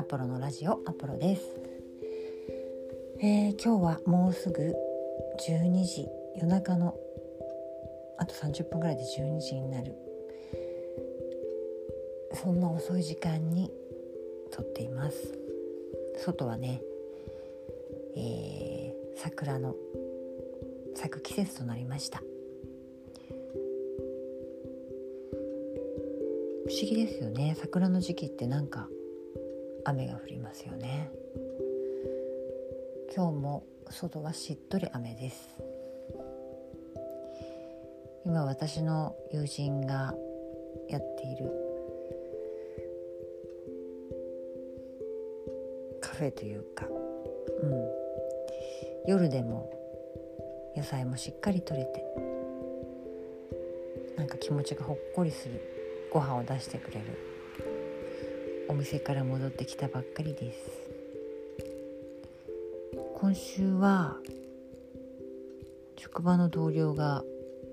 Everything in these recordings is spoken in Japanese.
ポロのラジオアポロです。今日はもうすぐ12時、夜中のあと30分ぐらいで12時になる、そんな遅い時間に撮っています。外はね、桜の咲く季節となりました。不思議ですよね。桜の時期ってなんか雨が降りますよね。今日も外はしっとり雨です。今私の友人がやっているカフェというか、夜でも野菜もしっかり取れて、なんか気持ちがほっこりするご飯を出してくれるお店から戻ってきたばっかりです。今週は職場の同僚が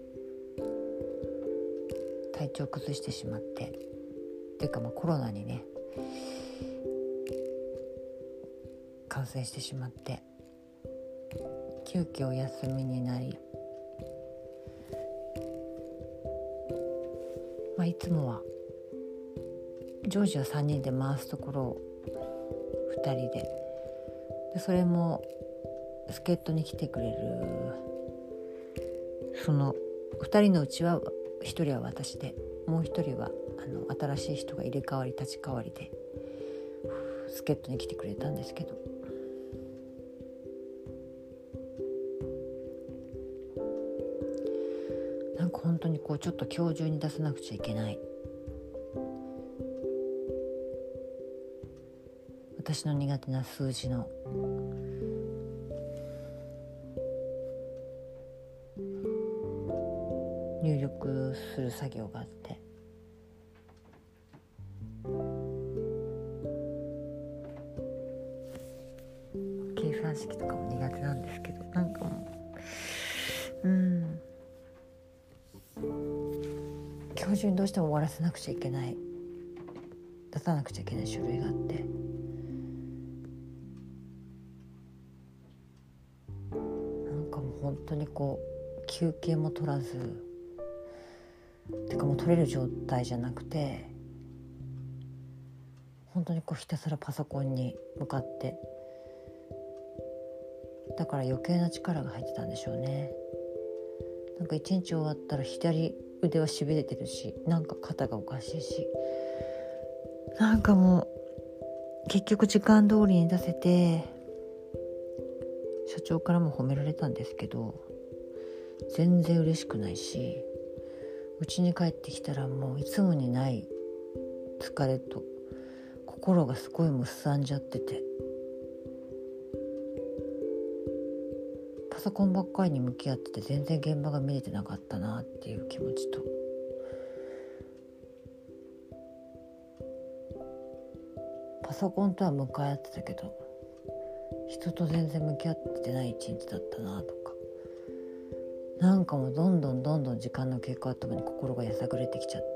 体調を崩してしまって、というかコロナにね感染してしまって、急遽お休みになり、いつもは常時は3人で回すところを2人で、それも助っ人に来てくれるその2人のうちは1人は私で、もう1人は新しい人が入れ替わり立ち替わりで助っ人に来てくれたんですけど、なんか本当にちょっと今日中に出さなくちゃいけない、私の苦手な数字の入力する作業があって、計算式とかも苦手なんですけど、なんかもう今日中にどうしても終わらせなくちゃいけない、出さなくちゃいけない書類があって、なんかもう本当に休憩も取らず、てかもう取れる状態じゃなくて、本当にひたすらパソコンに向かって、だから余計な力が入ってたんでしょうね。なんか一日終わったら左腕はしびれてるし、なんか肩がおかしいし、なんかもう結局時間通りに出せて、社長からも褒められたんですけど全然嬉しくないし、家に帰ってきたらもういつもにない疲れと心がすごいもうすさんじゃってて、パソコンばっかりに向き合ってて全然現場が見れてなかったなっていう気持ちと、パソコンとは向かい合ってたけど人と全然向き合ってない一日だったなとか、なんかもうどんどん時間の経過とともに心がやさぐれてきちゃって、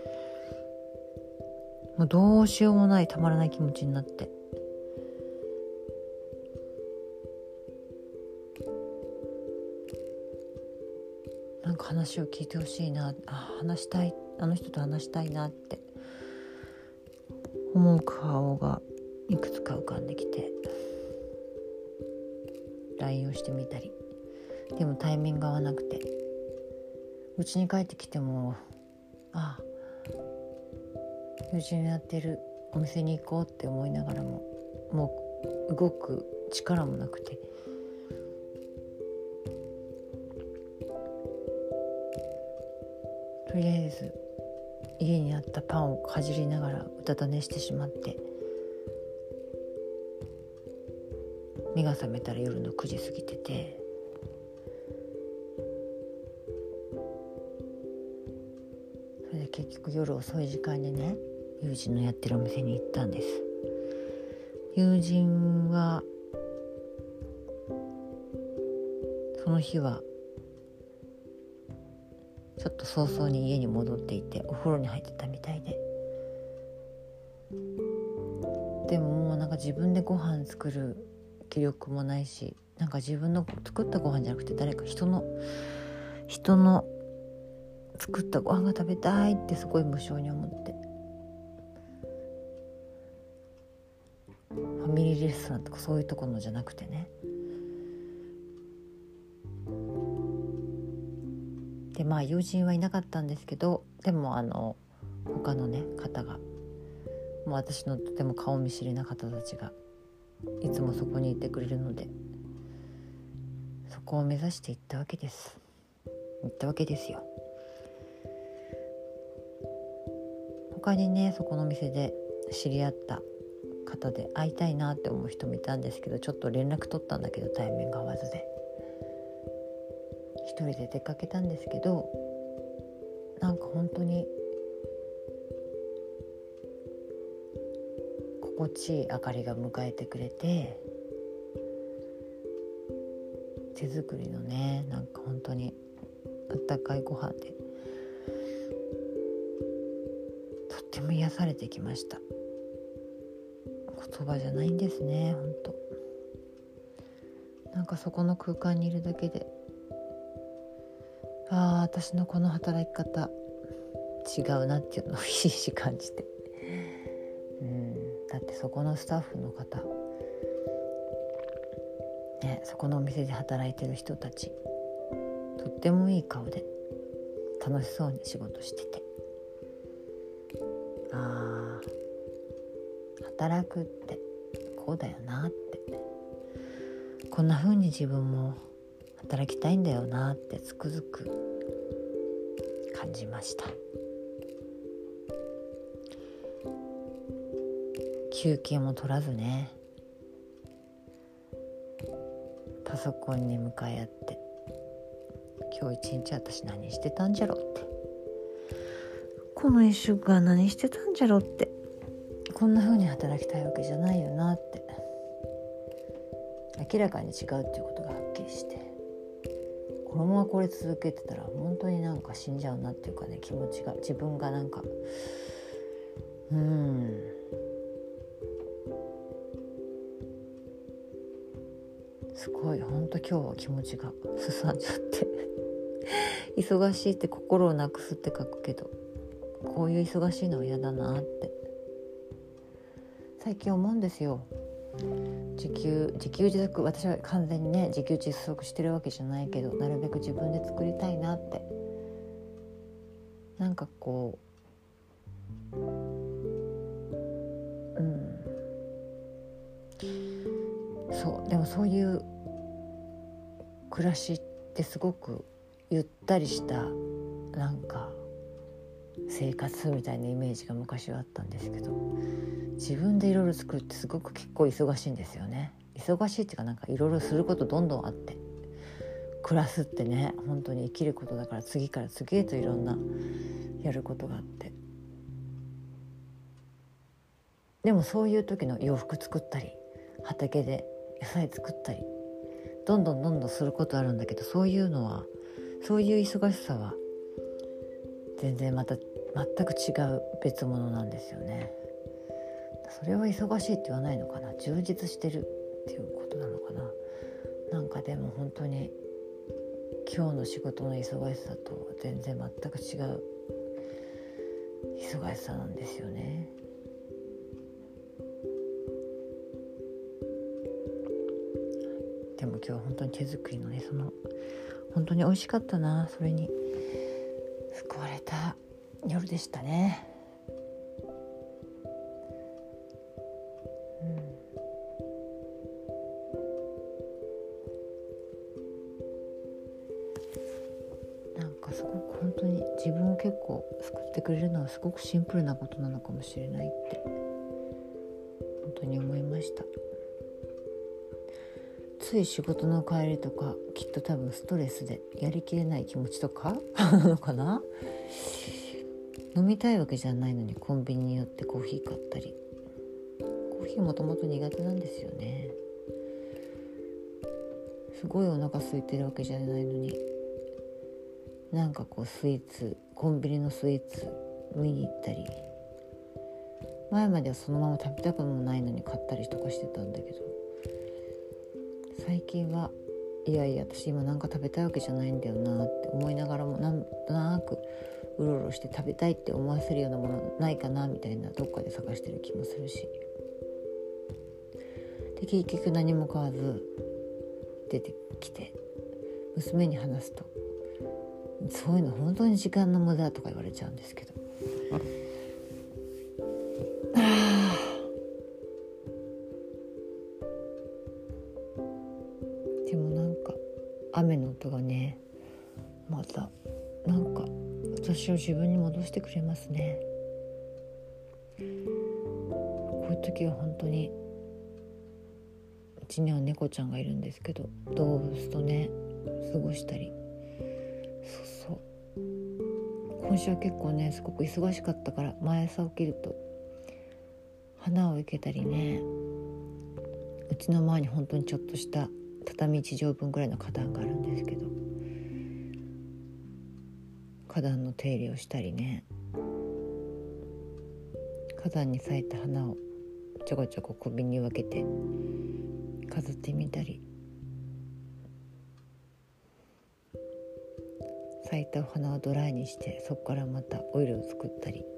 もうどうしようもないたまらない気持ちになって、なんか話を聞いてほしいな、話したい、あの人と話したいなって思う顔がいくつか浮かんできて LINE をしてみたり、でもタイミング合わなくて、家に帰ってきても友人やってるお店に行こうって思いながらも、もう動く力もなくて、とりあえず家にあったパンをかじりながらうたた寝してしまって、目が覚めたら夜の9時過ぎてて、それで結局夜遅い時間にね、友人のやってるお店に行ったんです。友人はその日はちょっと早々に家に戻っていて、お風呂に入ってたみたいで、 でももうなんか自分でご飯作る気力もないし、なんか自分の作ったご飯じゃなくて誰か人の作ったご飯が食べたいってすごい無性に思って、ファミリーレストランとかそういうところのじゃなくてね。で友人はいなかったんですけど、でも他のね方が、もう私のとても顔見知りな方たちがいつもそこにいてくれるので、そこを目指して行ったわけですよ。他にねそこの店で知り合った方で会いたいなって思う人もいたんですけど、ちょっと連絡取ったんだけど対面が合わずで一人で出かけたんですけど、なんか本当に心地いい明かりが迎えてくれて、手作りのねなんか本当にあったかいご飯でとっても癒されてきました。言葉じゃないんですね、本当。なんかそこの空間にいるだけで、私のこの働き方違うなっていうのをひしひし感じて、だってそこのスタッフの方、ね、そこのお店で働いてる人たちとってもいい顔で楽しそうに仕事してて、働くってこうだよなって、こんな風に自分も働きたいんだよなってつくづく感じました。休憩も取らずね、パソコンに向かい合って、今日一日私何してたんじゃろって、この一週間何してたんじゃろって、こんな風に働きたいわけじゃないよなって、明らかに違うっていうことがはっきりして、このままこれ続けてたら本当になんか死んじゃうなっていうかね、気持ちが、自分がなんかすごい本当今日は気持ちがすさんじゃって忙しいって心をなくすって書くけど、こういう忙しいのは嫌だなって最近思うんですよ。自給自足、私は完全にね自給自足してるわけじゃないけど、なるべく自分で作りたいなって、なんかこうそう、でもそういう暮らしってすごくゆったりしたなんか生活みたいなイメージが昔はあったんですけど、自分でいろいろ作るってすごく結構忙しいんですよね。忙しいっていうか、なんかいろいろすることどんどんあって、暮らすってね本当に生きることだから、次から次へといろんなやることがあって、でもそういう時の洋服作ったり畑で野菜作ったりどんどんすることあるんだけど、そういう忙しさは全然全く違う別物なんですよね。それは忙しいって言わないのかな、充実してるっていうことなのかな。なんかでも本当に今日の仕事の忙しさと全然全く違う忙しさなんですよね。でも今日は本当に手作りのね、本当に美味しかったな、それに救われた夜でしたね。なんかすごく本当に自分を結構救ってくれるのはすごくシンプルなことなのかもしれないって本当に思いました。つい仕事の帰りとかきっと多分ストレスでやりきれない気持ちとかなのかな。飲みたいわけじゃないのにコンビニに寄ってコーヒー買ったり、コーヒーもともと苦手なんですよね。すごいお腹空いてるわけじゃないのに、なんかこうスイーツ、コンビニのスイーツ見に行ったり、 前まではそのまま食べたくもないのに買ったりとかしてたんだけど、最近はいやいや私今なんか食べたいわけじゃないんだよなって思いながらも、なんとなくうろうろして食べたいって思わせるようなものないかなみたいな、どっかで探してる気もするし、で結局何も買わず出てきて娘に話すと、そういうの本当に時間の無駄とか言われちゃうんですけど、でもなんか雨の音がね、またなんか私を自分に戻してくれますね。こういう時は本当に、うちには猫ちゃんがいるんですけど、動物とね過ごしたり、そう今週は結構ねすごく忙しかったから、毎朝起きると花を生けたりね、うちの前に本当にちょっとした畳1畳分ぐらいの花壇があるんですけど、花壇の手入れをしたりね、花壇に咲いた花をちょこちょこ小瓶に分けて飾ってみたり、咲いたお花をドライにしてそこからまたオイルを作ったり、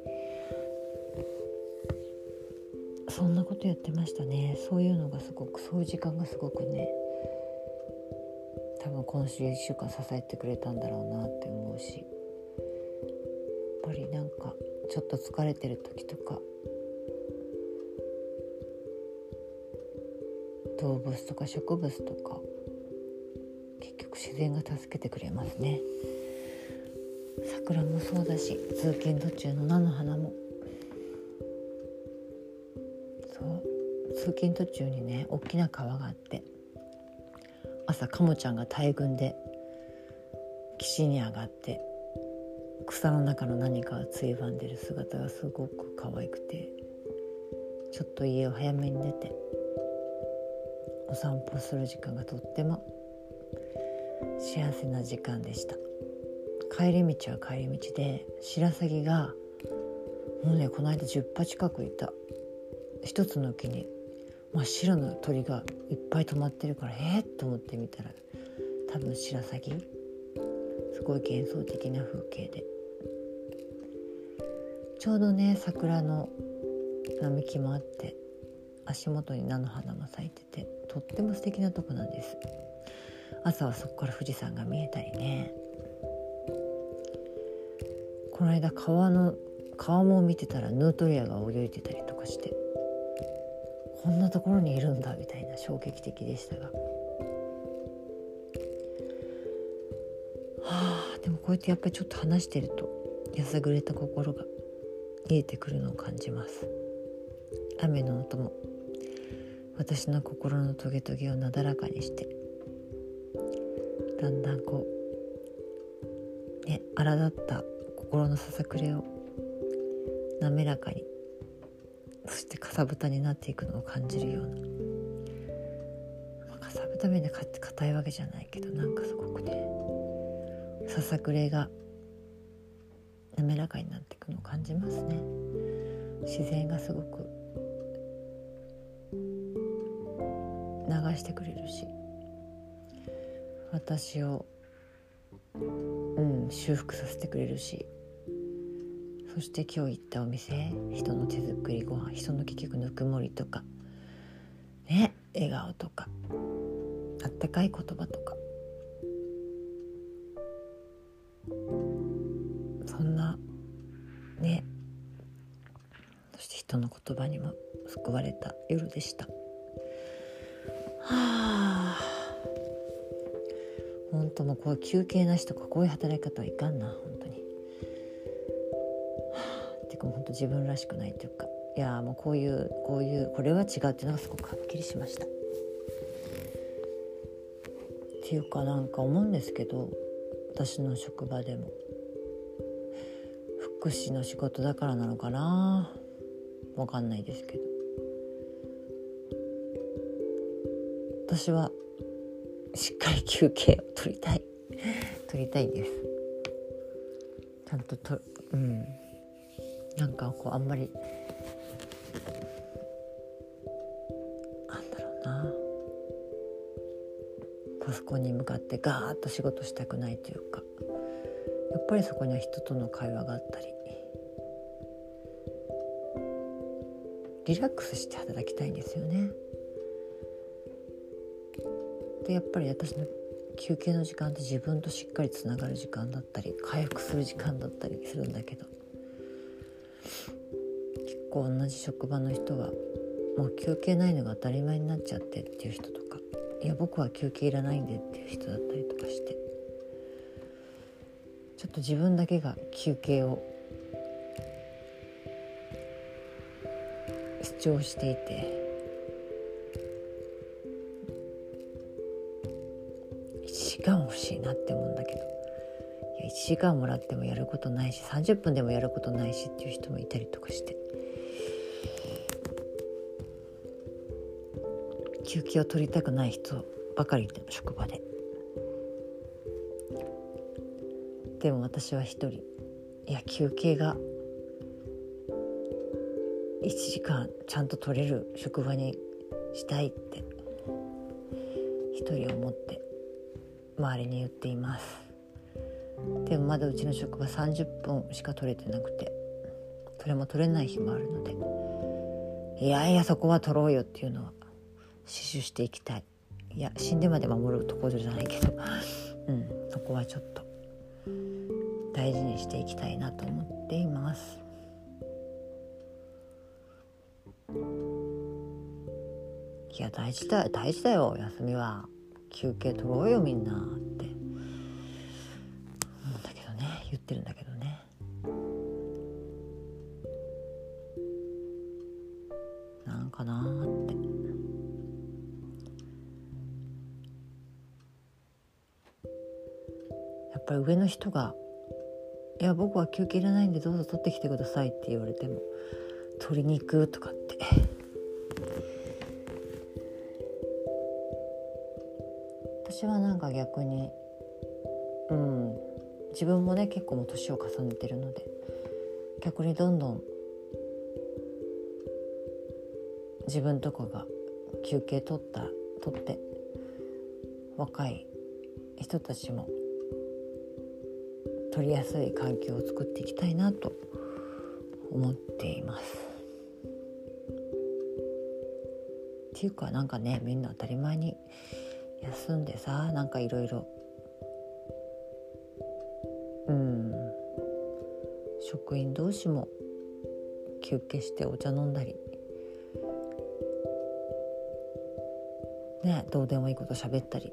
そんなことやってましたね。そういうのがすごく、そういう時間がすごくね、多分今週1週間支えてくれたんだろうなって思うし、やっぱりなんかちょっと疲れてる時とか、動物とか植物とか、結局自然が助けてくれますね。桜もそうだし、通勤途中の菜の花もそう、通勤途中にね大きな川があって、朝カモちゃんが大群で岸に上がって草の中の何かをついばんでる姿がすごく可愛くて、ちょっと家を早めに出てお散歩する時間がとっても幸せな時間でした。帰り道は帰り道で、白鷺がもうねこの間10羽近くいた。一つの木に真っ白な鳥がいっぱい止まってるから、と思ってみたら、多分白鷺、すごい幻想的な風景で、ちょうどね桜の並木もあって、足元に菜の花も咲いてて、とっても素敵なとこなんです。朝はそこから富士山が見えたりね、この間川も見てたらヌートリアが泳いでたりとかして、こんなところにいるんだみたいな、衝撃的でしたが、でもこうやってやっぱりちょっと話してるとやさぐれた心が癒えてくるのを感じます。雨の音も私の心のトゲトゲをなだらかにして、だんだんこうね、荒立った心のささくれを滑らかに、そしてかさぶたになっていくのを感じるような、かさぶた目で硬いわけじゃないけど、なんかすごくねささくれが滑らかになっていくのを感じますね。自然がすごく流してくれるし、私を、修復させてくれるし、そして今日行ったお店、人の手作りご飯、人の結局ぬくもりとかね、笑顔とかあったかい言葉とか、そんなね、そして人の言葉にも救われた夜でした。本当もうこういう休憩なしとかこういう働き方はいかんな、本当に。てかもう本当自分らしくないというか、いやもうこれは違うっていうのがすごくはっきりしました。っていうかなんか思うんですけど、私の職場でも福祉の仕事だからなのかな、わかんないですけど、私はしっかり休憩を取りたいです。ちゃんとなんかこうあんまりなんだろうな、パソコンに向かってガーッと仕事したくないというか、やっぱりそこには人との会話があったり、リラックスして働きたいんですよね。でやっぱり私の休憩の時間って自分としっかりつながる時間だったり回復する時間だったりするんだけど、結構同じ職場の人はもう休憩ないのが当たり前になっちゃってっていう人とか、いや僕は休憩いらないんでっていう人だったりとかして、ちょっと自分だけが休憩を主張していて、1時間欲しいなって思うんだけど、いや1時間もらってもやることないし30分でもやることないしっていう人もいたりとかして、休憩を取りたくない人ばかりの職場で、でも私は一人、いや休憩が1時間ちゃんと取れる職場にしたいって一人思って周りに言っています。でもまだうちの職場30分しか取れてなくて、それも取れない日もあるので、いやいやそこは取ろうよっていうのは死守していきたい。いや死んでまで守るところじゃないけどそこはちょっと大事にしていきたいなと思っています。いや大事だよ、休みは休憩取ろうよみんなって思うんだけどね、言ってるんだけどね。なんかなーって、やっぱり上の人がいや僕は休憩いらないんでどうぞ取ってきてくださいって言われても取りに行くとかって私はなんか逆に自分もね結構もう年を重ねてるので、逆にどんどん自分とかが休憩取って若い人たちも取りやすい環境を作っていきたいなと思っています。っていうかなんかね、みんな当たり前に休んでさ、なんかいろいろ職員同士も休憩してお茶飲んだりね、どうでもいいこと喋ったり、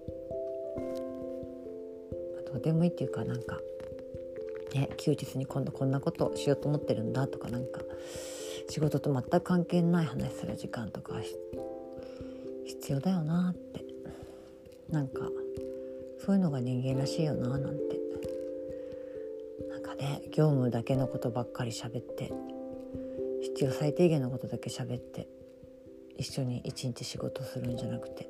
どうでもいいっていうかなんかね、休日に今度こんなことをしようと思ってるんだとか、なんか仕事と全く関係ない話する時間とか必要だよなって、なんかそういうのが人間らしいよななんて、なんかね業務だけのことばっかり喋って、必要最低限のことだけ喋って一緒に一日仕事するんじゃなくて、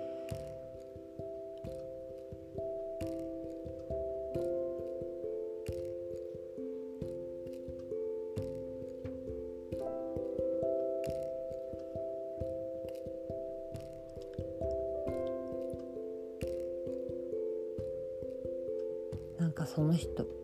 なんかその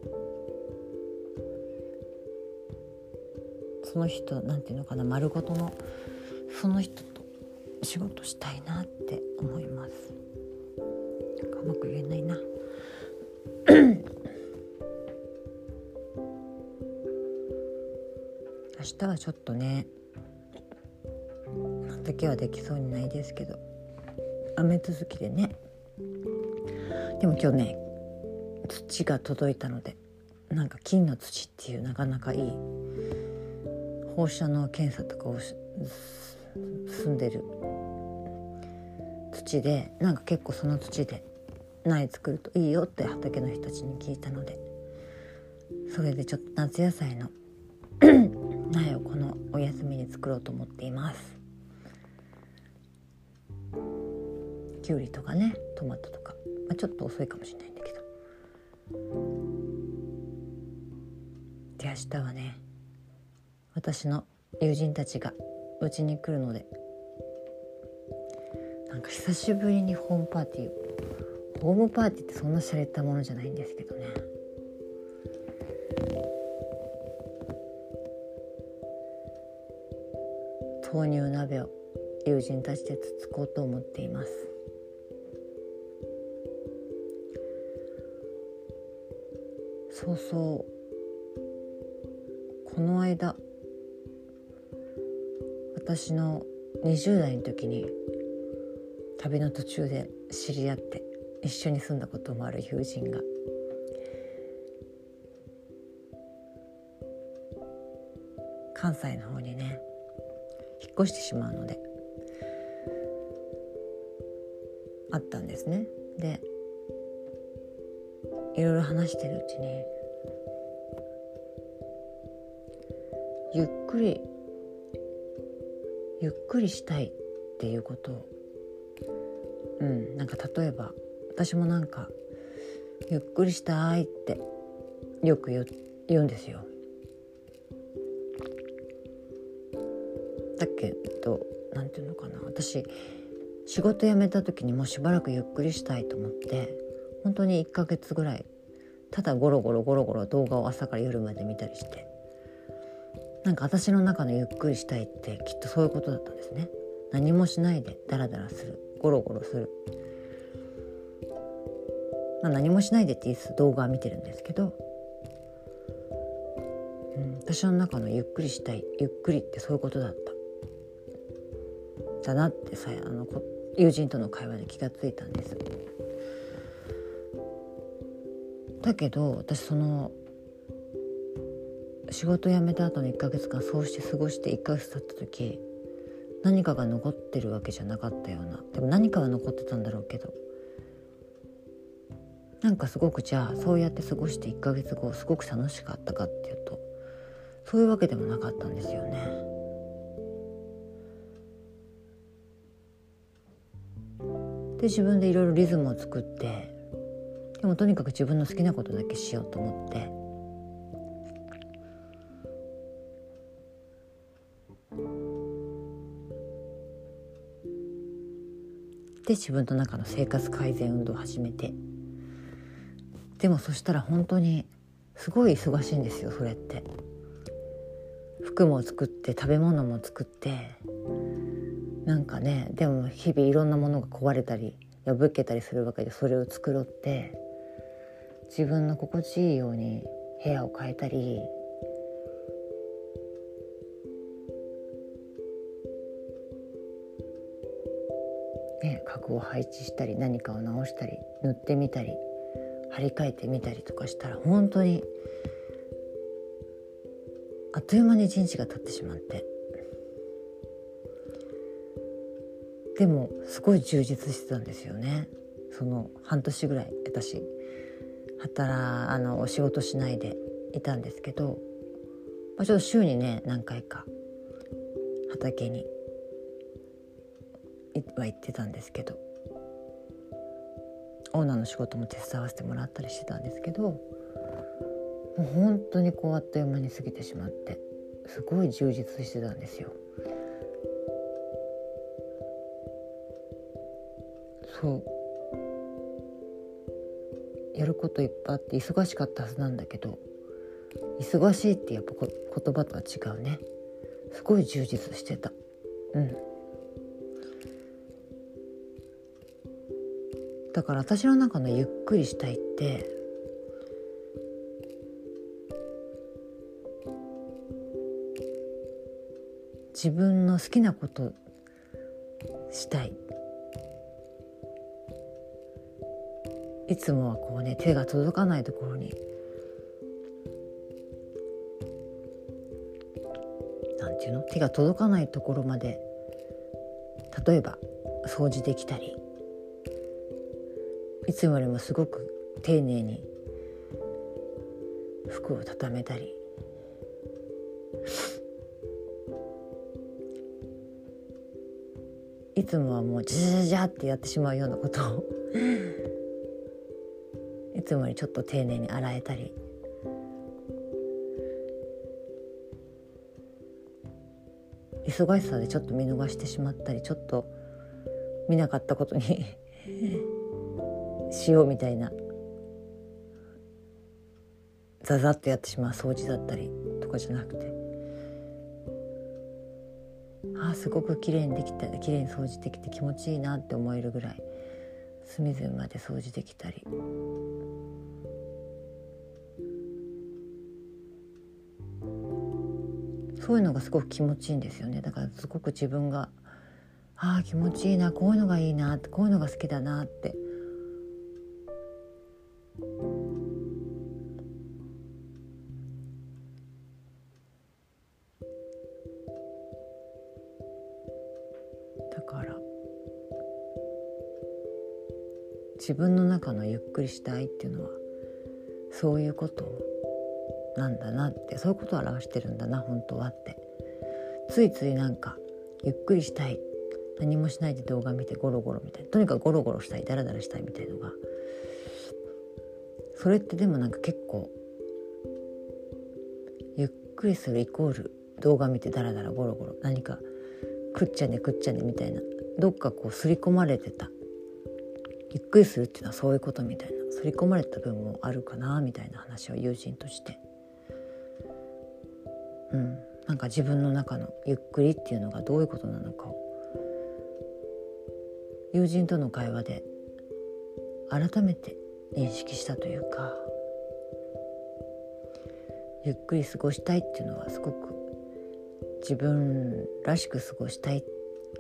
人なんていうのかな、丸ごとのその人と仕事したいなって思います。なんかうまく言えないな明日はちょっとね畑はできそうにないですけど、雨続きでね。でも今日ね土が届いたので、なんか金の土っていうなかなかいい放射能検査とかを住んでる土で、なんか結構その土で苗作るといいよって畑の人たちに聞いたので、それでちょっと夏野菜の苗をこのお休みに作ろうと思っています。きゅうりとかね、トマトとか、ちょっと遅いかもしれないんだけど、で明日はね私の友人たちがうちに来るので、なんか久しぶりにホームパーティー、ホームパーティーってそんな洒落たものじゃないんですけどね、豆乳鍋を友人たちでつつこうと思っています。そうそう、この間私の20代の時に旅の途中で知り合って一緒に住んだこともある友人が関西の方にね引っ越してしまうのであったんですね。でいろいろ話してるうちにゆっくりしたいっていうことを、なんか例えば私もなんかゆっくりしたいってよく言うんですよ。だけどなんていうのかな、私仕事辞めた時にもうしばらくゆっくりしたいと思って本当に1ヶ月ぐらいただゴロゴロ動画を朝から夜まで見たりして、なんか私の中のゆっくりしたいってきっとそういうことだったんですね。何もしないでダラダラする、ゴロゴロする、何もしないでって言いつつ動画は見てるんですけど、私の中のゆっくりしたい、ゆっくりってそういうことだっただなってさ、友人との会話で気がついたんです。だけど私その仕事辞めた後の1ヶ月間そうして過ごして1ヶ月経った時、何かが残ってるわけじゃなかったような、でも何かは残ってたんだろうけど、なんかすごくじゃあそうやって過ごして1ヶ月後すごく楽しかったかっていうとそういうわけでもなかったんですよね。で自分でいろいろリズムを作って、でもとにかく自分の好きなことだけしようと思ってで自分の中の生活改善運動を始めて、でもそしたら本当にすごい忙しいんですよ。それって服も作って食べ物も作って、なんかね、でも日々いろんなものが壊れたり破けたりするわけで、それを繕って自分の心地いいように部屋を変えたり、家具を配置したり何かを直したり塗ってみたり張り替えてみたりとかしたら本当にあっという間に一日が経ってしまって、でもすごい充実してたんですよね。その半年ぐらい私仕事しないでいたんですけど、ちょっと週にね何回か畑には行ってたんですけど、オーナーの仕事も手伝わせてもらったりしてたんですけど、もう本当にあっという間に過ぎてしまってすごい充実してたんですよ。そうやることいっぱいあって忙しかったはずなんだけど、忙しいってやっぱ言葉とは違うね。すごい充実してた。だから私の中のゆっくりしたいって自分の好きなことしたい、いつもは手が届かないところに手が届かないところまで、例えば掃除できたり、いつもよりもすごく丁寧に服を畳めたり、いつもはもうジャジャジャってやってしまうようなことをいつもよりちょっと丁寧に洗えたり、 忙しさでちょっと見逃してしまったり、ちょっと見なかったことにしようみたいな、ザザッとやってしまう掃除だったりとかじゃなくて、すごく綺麗にできた、綺麗に掃除できて気持ちいいなって思えるぐらい隅々まで掃除できたり、そういうのがすごく気持ちいいんですよね。だからすごく自分が気持ちいいな、こういうのがいいなって、こういうのが好きだなって、だから自分の中のゆっくりした愛っていうのはそういうことなんだなって、そういうことを表してるんだな本当はって、ついついなんかゆっくりしたい、何もしないで動画見てゴロゴロみたいな、とにかくゴロゴロしたい、ダラダラしたいみたいのが、それってでもなんか結構ゆっくりするイコール動画見てダラダラゴロゴロ、何かくっちゃねくっちゃねみたいな、どっかこう刷り込まれてた、ゆっくりするっていうのはそういうことみたいな、刷り込まれた部分もあるかなみたいな話を友人として、なんか自分の中のゆっくりっていうのがどういうことなのかを友人との会話で改めて認識したというか、ゆっくり過ごしたいっていうのはすごく自分らしく過ごしたい、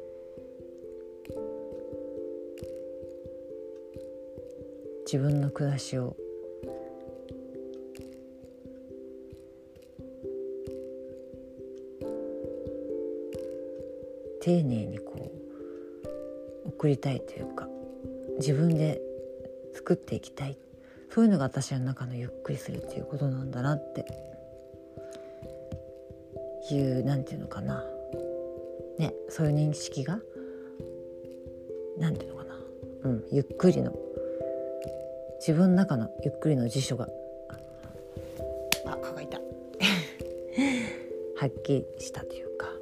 自分の暮らしを丁寧にこう送りたいというか、自分で作っていきたい、そういうのが私の中のゆっくりするっていうことなんだなっていう、なんていうのかなね、そういう認識が、なんていうのかな、ゆっくりの、自分の中のゆっくりの辞書が蚊がいたはっきりしたというか、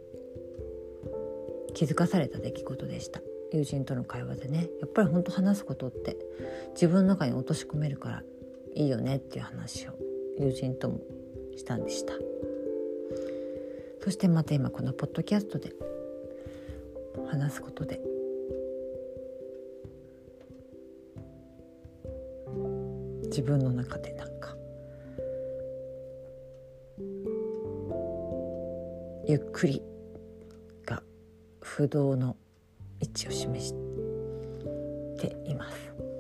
気づかされた出来事でした。友人との会話でね、やっぱり本当話すことって自分の中に落とし込めるからいいよねっていう話を友人ともしたんでした。そしてまた今このポッドキャストで話すことで、自分の中でなんかゆっくりが不動の位置を示しています。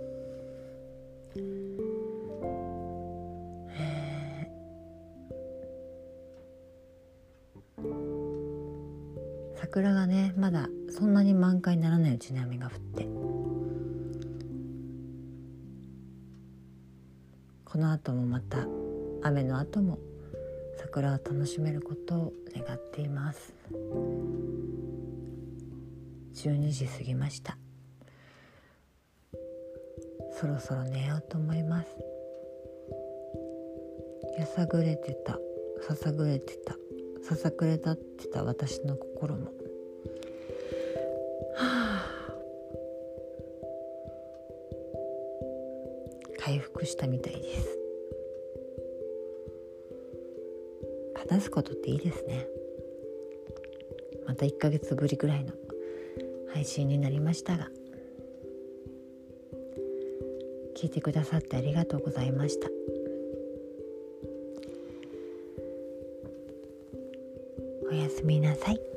桜がね、まだそんなに満開にならないうちに雨が降って、この後もまた雨の後も桜を楽しめることを願っています。12時過ぎました。そろそろ寝ようと思います。やさぐれてた、ささぐれてた、ささくれ立ってた私の心も回復したみたいです。話すことっていいですね。また1ヶ月ぶりぐらいの配信になりましたが、聞いてくださってありがとうございました。おやすみなさい。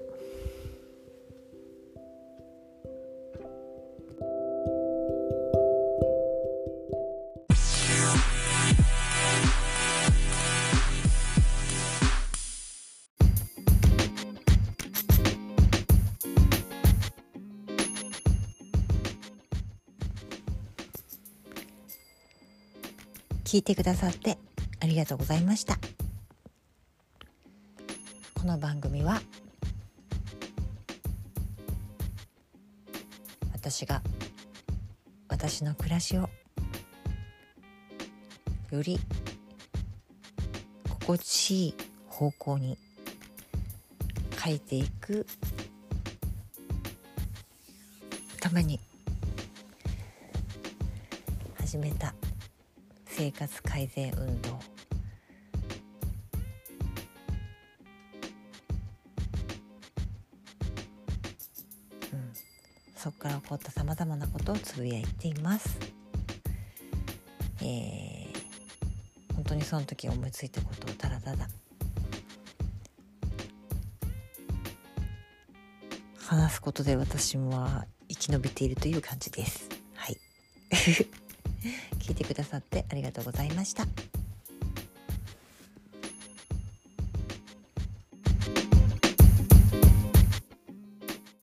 聞いてくださってありがとうございました。この番組は私が私の暮らしをより心地いい方向に書いていくために始めた生活改善運動、そこから起こったさまざまなことをつぶやいています。本当にその時思いついたことをただただ話すことで私は生き延びているという感じです。はい聞いてくださってありがとうございました。